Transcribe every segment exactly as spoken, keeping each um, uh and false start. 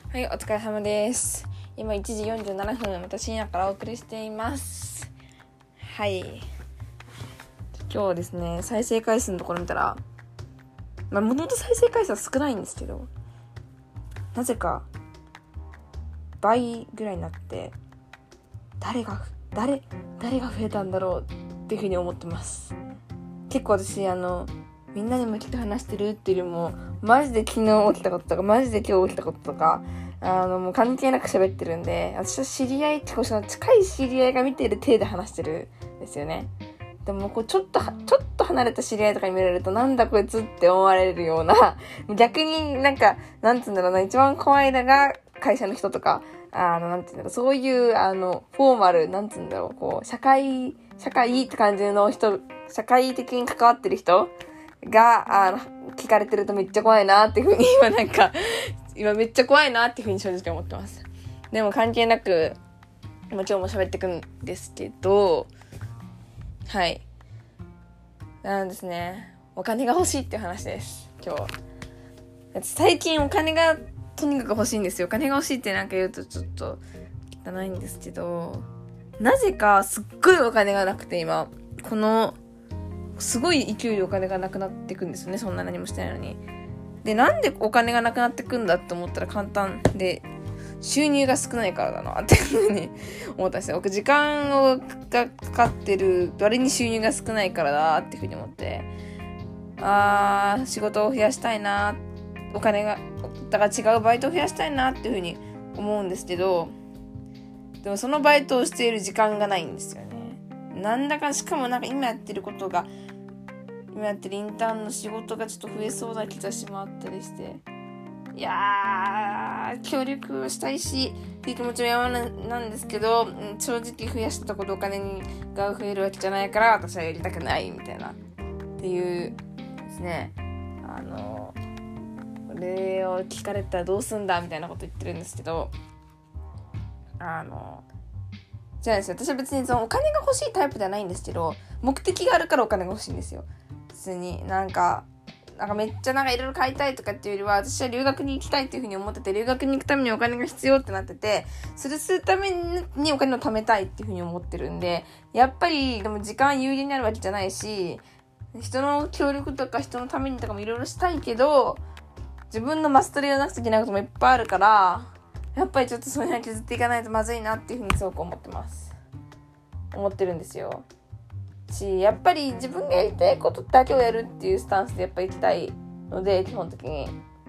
はい、お疲れ様です。今いちじよんじゅうななふん、また深夜からお送りしています。はい。今日ですね、再生回数のところ見たら、まあ、もともと再生回数は少ないんですけど、なぜか倍ぐらいになって、誰が、誰、誰が増えたんだろうっていうふうに思ってます。結構私、あの、みんなに向けて話してるっていうよりも、マジで昨日起きたこととか、マジで今日起きたこととか、あの、もう関係なく喋ってるんで、私は知り合い、その近い知り合いが見てる体で話してるんですよね。でも、こう、ちょっと、ちょっと離れた知り合いとかに見られると、なんだこいつって思われるような、逆になんか、なんつうんだろうな、一番怖いのが会社の人とか、あの、なんつうんだろう、そういう、あの、フォーマル、なんつうんだろう、こう、社会、社会って感じの人、社会的に関わってる人が、あの、聞かれてるとめっちゃ怖いなっていうふうに、今なんか、今めっちゃ怖いなっていうふうに正直思ってます。でも関係なく、今日も喋ってくんですけど、はい。なんですね。お金が欲しいっていう話です、今日。最近お金がとにかく欲しいんですよ。お金が欲しいってなんか言うとちょっと汚いんですけど、なぜかすっごいお金がなくて今、この、すごい勢いでお金がなくなっていくんですよね。そんな何もしてないのに。で、なんでお金がなくなっていくんだって思ったら簡単で、収入が少ないからだなっていうふうに思ったんですよ。僕時間をがかかってる割に収入が少ないからだっていうふうに思って、あー、仕事を増やしたいな、お金が、だから違うバイトを増やしたいなっていうふうに思うんですけど、でもそのバイトをしている時間がないんですよね。なんだか、しかもなんか今やってることが、今やってるインターンの仕事がちょっと増えそうな気がしまったりして、いやー、協力したいしっていう気持ちも山なんですけど、正直増やしたところお金が増えるわけじゃないから私はやりたくないみたいなっていうですね。あのこれを聞かれたらどうすんだみたいなこと言ってるんですけど、あのじゃあですよ、私は別にそのお金が欲しいタイプではないんですけど、目的があるからお金が欲しいんですよ。普通になんかなんかめっちゃなんかいろいろ買いたいとかっていうよりは、私は留学に行きたいっていうふうに思ってて、留学に行くためにお金が必要ってなってて、それするためにお金を貯めたいっていうふうに思ってるんで、やっぱりでも時間有利になるわけじゃないし、人の協力とか人のためにとかもいろいろしたいけど、自分のマストリーをなくちゃいけないこともいっぱいあるから、やっぱりちょっとそれに削っていかないとまずいなっていうふうにすごく思ってます思ってるんですよ。し、やっぱり自分がやりたいことだけをやるっていうスタンスでやっぱり行きたいので、基本的に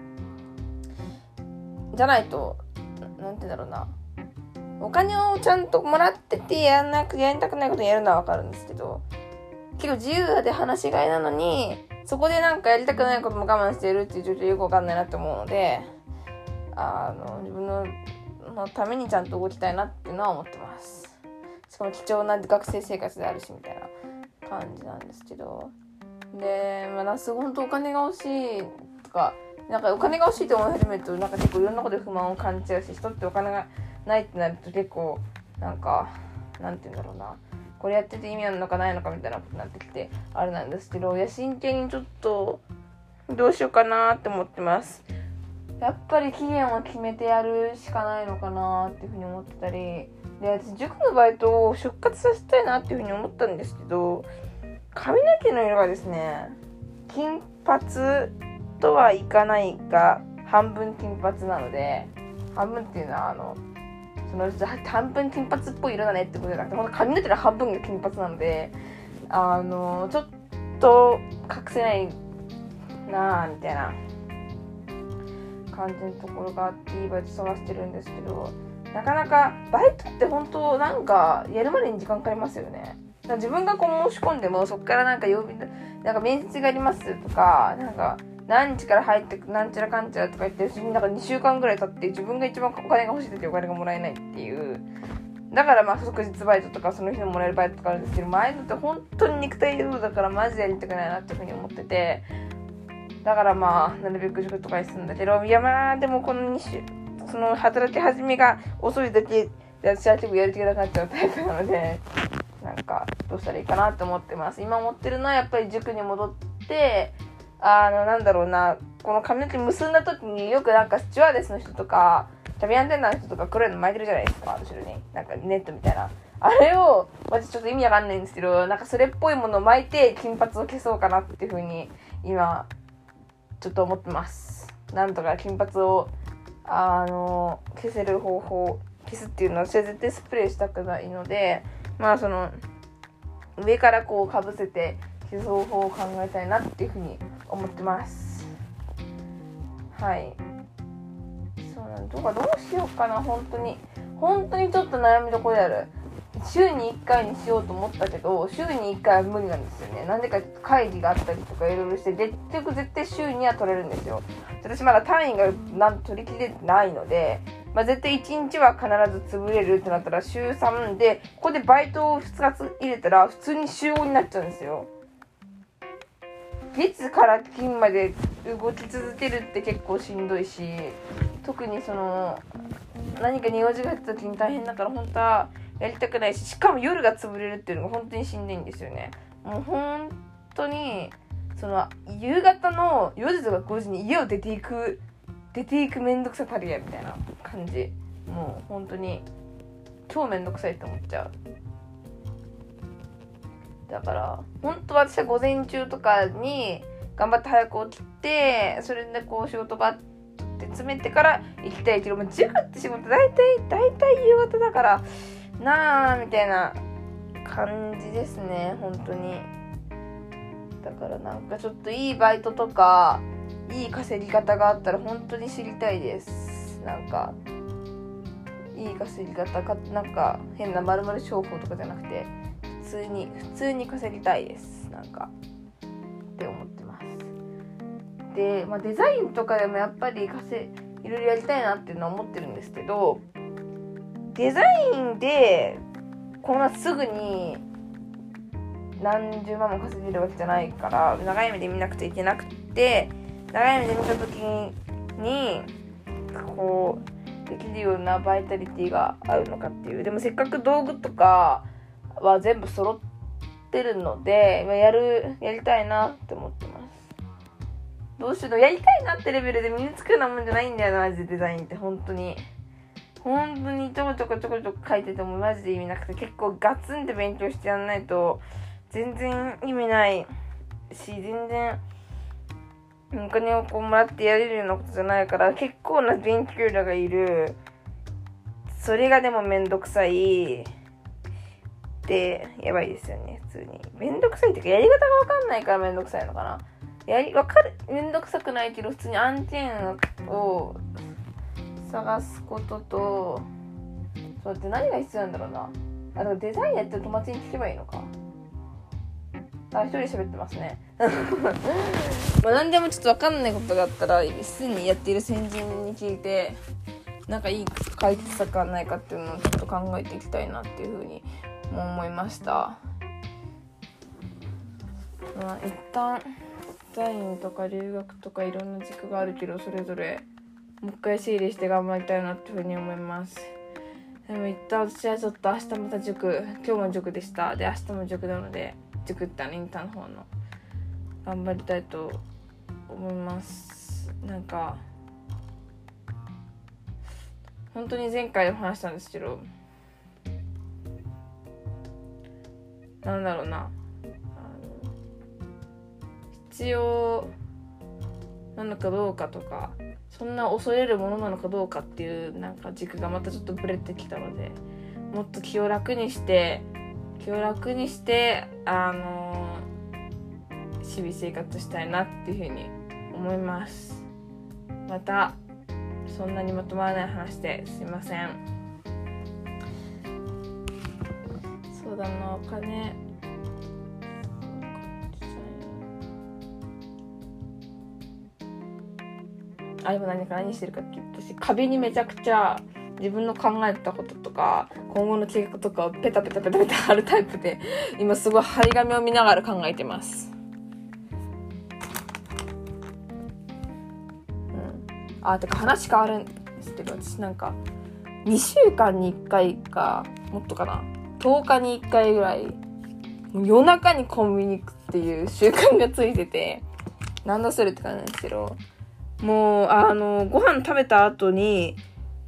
じゃないと、なんてだろうな、お金をちゃんともらっててやんなくやりたくないことやるのはわかるんですけど、結構自由で話しがいなのにそこでなんかやりたくないことも我慢しているっていう状況よくわかんないなって思うので、あの自分 の, のためにちゃんと動きたいなっていうのは思ってます。しかも貴重な学生生活であるしみたいな感じなんですけど、で、まあ、なんかすごい本当お金が欲しいとか、なんかお金が欲しいと思い始めるとなんか結構いろんなことで不満を感じちゃうし、人ってお金がないってなると結構なんかなんて言うんだろうな、これやってて意味あるのかないのかみたいなことになってきてあれなんですけど、いや真剣にちょっとどうしようかなって思ってます。やっぱり期限を決めてやるしかないのかなっていうふうに思ってたりで、私塾のバイトを復活させたいなっていうふうに思ったんですけど、髪の毛の色がですね、金髪とはいかないが半分金髪なので、半分っていうのはあのその半分金髪っぽい色だねってことじゃなくて、ほんと髪の毛の半分が金髪なので、あのちょっと隠せないなぁみたいな感じのところがあっていいバイト探してるんですけど、なかなかバイトって本当なんかやるまでに時間かかりますよね。だから自分がこう申し込んでもそこからなんか曜日なんか面接がありますとか、なんか何日から入ってなんちゃらかんちゃらとか言ってる、なんかにしゅうかんぐらい経って自分が一番お金が欲しい時お金がもらえないっていう。だからまあ即日バイトとかその日のもらえるバイトとかあるんですけど、前のって本当に肉体労働だからマジでやりたくないなっていうふうに思ってて、だからまあなるべく塾とかにするんだけど、いやまあでもこのに週その働き始めが遅いだけで私は結構やる気がなくなっちゃうタイプなので、なんかどうしたらいいかなって思ってます。今思ってるのはやっぱり塾に戻って、あのなんだろうな、この髪の毛結んだ時によくなんかスチュワーデスの人とか旅アンテナの人とか黒いの巻いてるじゃないですか、後ろになんかネットみたいな、あれを私ちょっと意味わかんないんですけど、なんかそれっぽいものを巻いて金髪を消そうかなっていう風に今ちょっと思ってます。なんとか金髪をあの消せる方法、消すっていうのは私は絶対スプレーしたくないので、まあその上からこうかぶせて消す方法を考えたいなっていう風に思ってます。はい、そうなんどうかどうしようかな、本当に本当にちょっと悩みどころである。週にいっかいにしようと思ったけど、週にいっかいは無理なんですよね。なんでか会議があったりとかいろいろして、結局絶対週には取れるんですよ。私まだ単位がなんと取り切れてないので、まあ、絶対いちにちは必ず潰れるってなったら週さんで、ここでバイトをふつか入れたら普通に週ごになっちゃうんですよ。月から金まで動き続けるって結構しんどいし、特にその何か用事があった時に大変だから本当はやりたくないし、しかも夜が潰れるっていうのが本当にしんどいんですよね。もう本当にその夕方のよじとかごじに家を出ていく出ていくめんどくさたりやみたいな感じ、もう本当に超めんどくさいって思っちゃう。だから本当は私は午前中とかに頑張って早く起きて、それでこう仕事場って詰めてから行きたいけど、もう塾って仕事大体大体夕方だからなーみたいな感じですね、本当に。だからなんかちょっといいバイトとかいい稼ぎ方があったら本当に知りたいです。なんかいい稼ぎ方か、なんか変な丸々商法とかじゃなくて普通に普通に稼ぎたいです、なんかって思ってます。で、まあ、デザインとかでもやっぱり稼いろいろやりたいなっていうのは思ってるんですけど、デザインでこんなすぐに何十万も稼げるわけじゃないから、長い目で見なくちゃいけなくて、長い目で見た時にこうできるようなバイタリティがあるのかっていう。でもせっかく道具とかは全部揃ってるので、やるやりたいなって思ってます。どうしよう、やりたいなってレベルで身につくようなもんじゃないんだよな、マジでデザインって本当に本当にちょこちょこちょこちょこ書いててもマジで意味なくて、結構ガツンって勉強してやんないと全然意味ないし、全然お金をこうもらってやれるようなことじゃないから、結構な勉強量がいる。それがでもめんどくさいでやばいですよね。普通にめんどくさいっていうか、やり方が分かんないからめんどくさいのかな。やり分かるめんどくさくないけど、普通に案件を探すことと、そうって何が必要なんだろうな。あ、だからデザインやってる友達に聞けばいいのか。あ、一人喋ってますね。まあ何でもちょっと分かんないことがあったらすでにやっている先人に聞いて、なんかいい解決策はないかっていうのをちょっと考えていきたいなっていうふうにも思いました。まあ一旦デザインとか留学とかいろんな軸があるけど、それぞれもう一回整理して頑張りたいなっていうふうに思います。でも一旦私はちょっと明日また塾、今日も塾でした。で明日も塾なので、塾ってあのインターンの方の頑張りたいと思います。なんか本当に前回も話したんですけど、なんだろうな、あの必要なのかどうかとか、そんな恐れるものなのかどうかっていうなんか軸がまたちょっとブレてきたので、もっと気を楽にして気を楽にしてあの日々生活したいなっていうふうに思います。またそんなにまとまらない話ですいません。そうだな、お金あ、今何か何してるかって言うと、私壁にめちゃくちゃ自分の考えたこととか今後の計画とかをペタペタペタペタ貼るタイプで、今すごい張り紙を見ながら考えてます。うん、あ、てか話変わるんですけど、私なんかにしゅうかんにいっかいかもっとかな、とおかにいっかいぐらい夜中にコンビニ行くっていう習慣がついてて、なんだそれって感じなんですけど、もうあのご飯食べた後に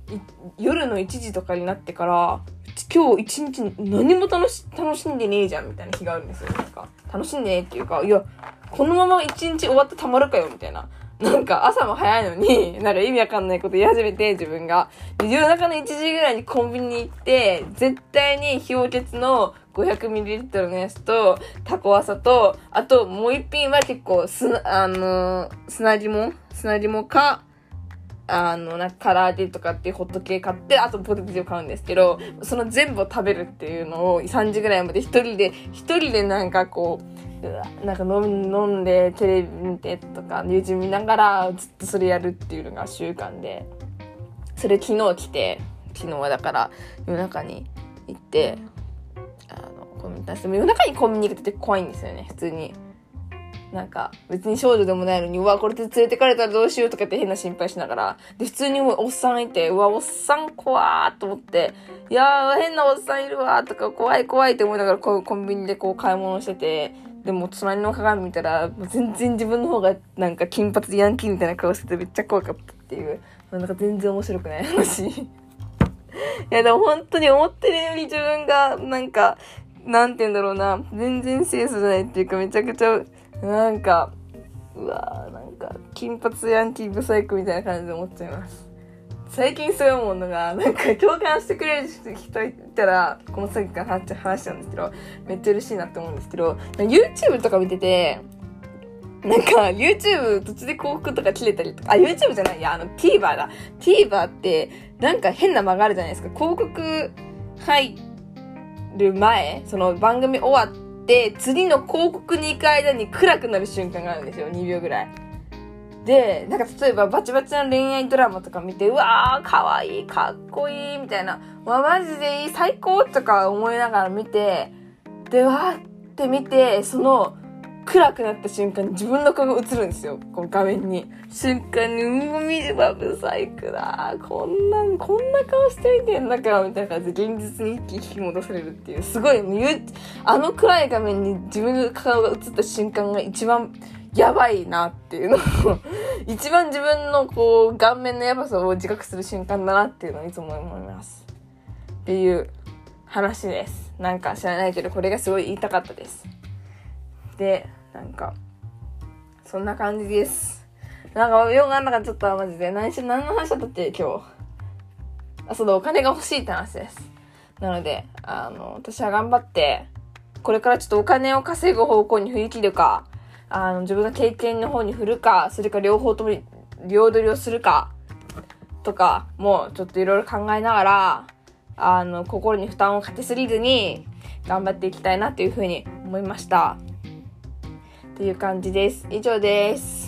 夜のいちじとかになってから今日一日何も楽し楽しんでねえじゃんみたいな日があるんですよ。なんか楽しんでねえっていうか、いやこのまま一日終わってたまるかよみたいな。なんか朝も早いのになんか意味わかんないこと言い始めて、自分がで夜中のいちじぐらいにコンビニに行って絶対に氷結の ごひゃくミリリットル のやつとタコワサと、あともう一品は結構すあの砂肝砂肝かあのなんか唐揚げとかっていうホット系買って、あとポテトを買うんですけど、その全部を食べるっていうのをさんじぐらいまで一人で一人でなんかこうなんか飲ん飲んでテレビ見てとか YouTube 見ながらずっとそれやるっていうのが習慣で、それ昨日来て、昨日はだから夜中に行ってあのコンビニ出して、夜中にコンビニ行くって怖いんですよね。普通になんか別に少女でもないのに、うわこれで連れてかれたらどうしようとかって変な心配しながら、で普通におっさんいて、うわおっさん怖ーと思って、いやー変なおっさんいるわーとか怖い怖いって思いながらこうコンビニでこう買い物してて、でも隣の鏡見たらもう全然自分の方がなんか金髪ヤンキーみたいな顔しててめっちゃ怖かったっていう、なんか全然面白くない話いやでも本当に思ってるより自分がなんかなんて言うんだろうな、全然清楚じゃないっていうか、めちゃくちゃなんかうわーなんか金髪ヤンキーブサイクみたいな感じで思っちゃいます。最近そう思うのが、なんか共感してくれる人いたらこの先から話話しちゃうんですけど、めっちゃ嬉しいなって思うんですけど、 YouTube とか見ててなんか YouTube 途中で広告とか切れたりとか、あ YouTube じゃないやあの TVer だ TVer ってなんか変な間があるじゃないですか。広告入る前、その番組終わってで次の広告に行く間に暗くなる瞬間があるんですよ。にびょうぐらいで、なんか例えばバチバチな恋愛ドラマとか見て、うわーかわいいかっこいいみたいな、わマジでいい最高とか思いながら見て、でわーって見て、その暗くなった瞬間に自分の顔が映るんですよ、この画面に。瞬間にうわ見ればブサイクだ、こんなんこんな顔してみてんだからみたいな感じで現実に一気に引き戻されるっていう、すごいあの暗い画面に自分の顔が映った瞬間が一番やばいなっていうのを一番自分のこう顔面のやばさを自覚する瞬間だなっていうのをいつも思いますっていう話です。なんか知らないけどこれがすごい言いたかったです。で、なんかそんな感じです。なんかよくあんなかちょっとマジで何し何の話だったって今日。あ、そうだ、お金が欲しいって話です。なので、あの私は頑張ってこれからちょっとお金を稼ぐ方向に振り切るか、あの自分の経験の方に振るか、それか両方とも両取りをするかとかもちょっといろいろ考えながら、あの心に負担をかけすぎずに頑張っていきたいなというふうに思いましたっていう感じです。以上です。